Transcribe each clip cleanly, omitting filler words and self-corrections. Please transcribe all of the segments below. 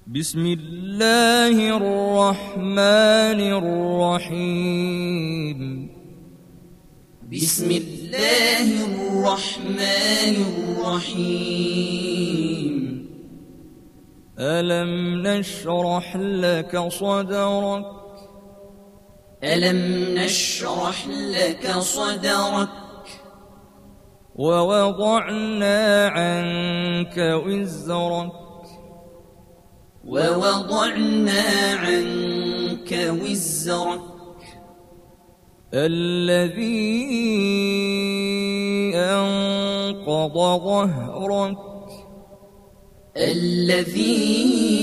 بسم الله الرحمن الرحيم. بسم الله الرحمن الرحيم. ألم نشرح لك صدرك ألم نشرح لك صدرك ووضعنا عنك وزرك ووضعنا عنك وزرك الذي أنقض ظهرك الذي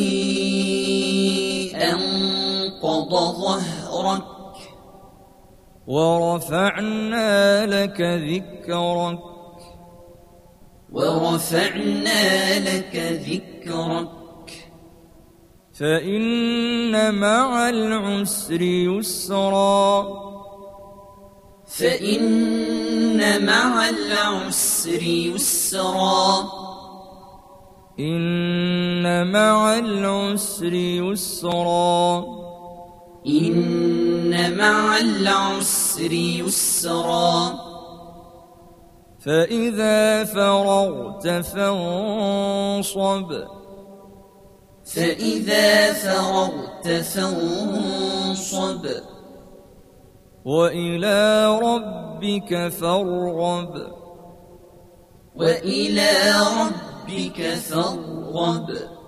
أنقض ظهرك ورفعنا لك ذكرك ورفعنا لك ذكرك فإن مع العسر يسرا فإن مع العسر يسرا إن مع العسر يسرا إن مع العسر يسرا فإذا فرغت فانصب فإذا فرغت فانصب وإلى ربك فارغب وإلى ربك فارغب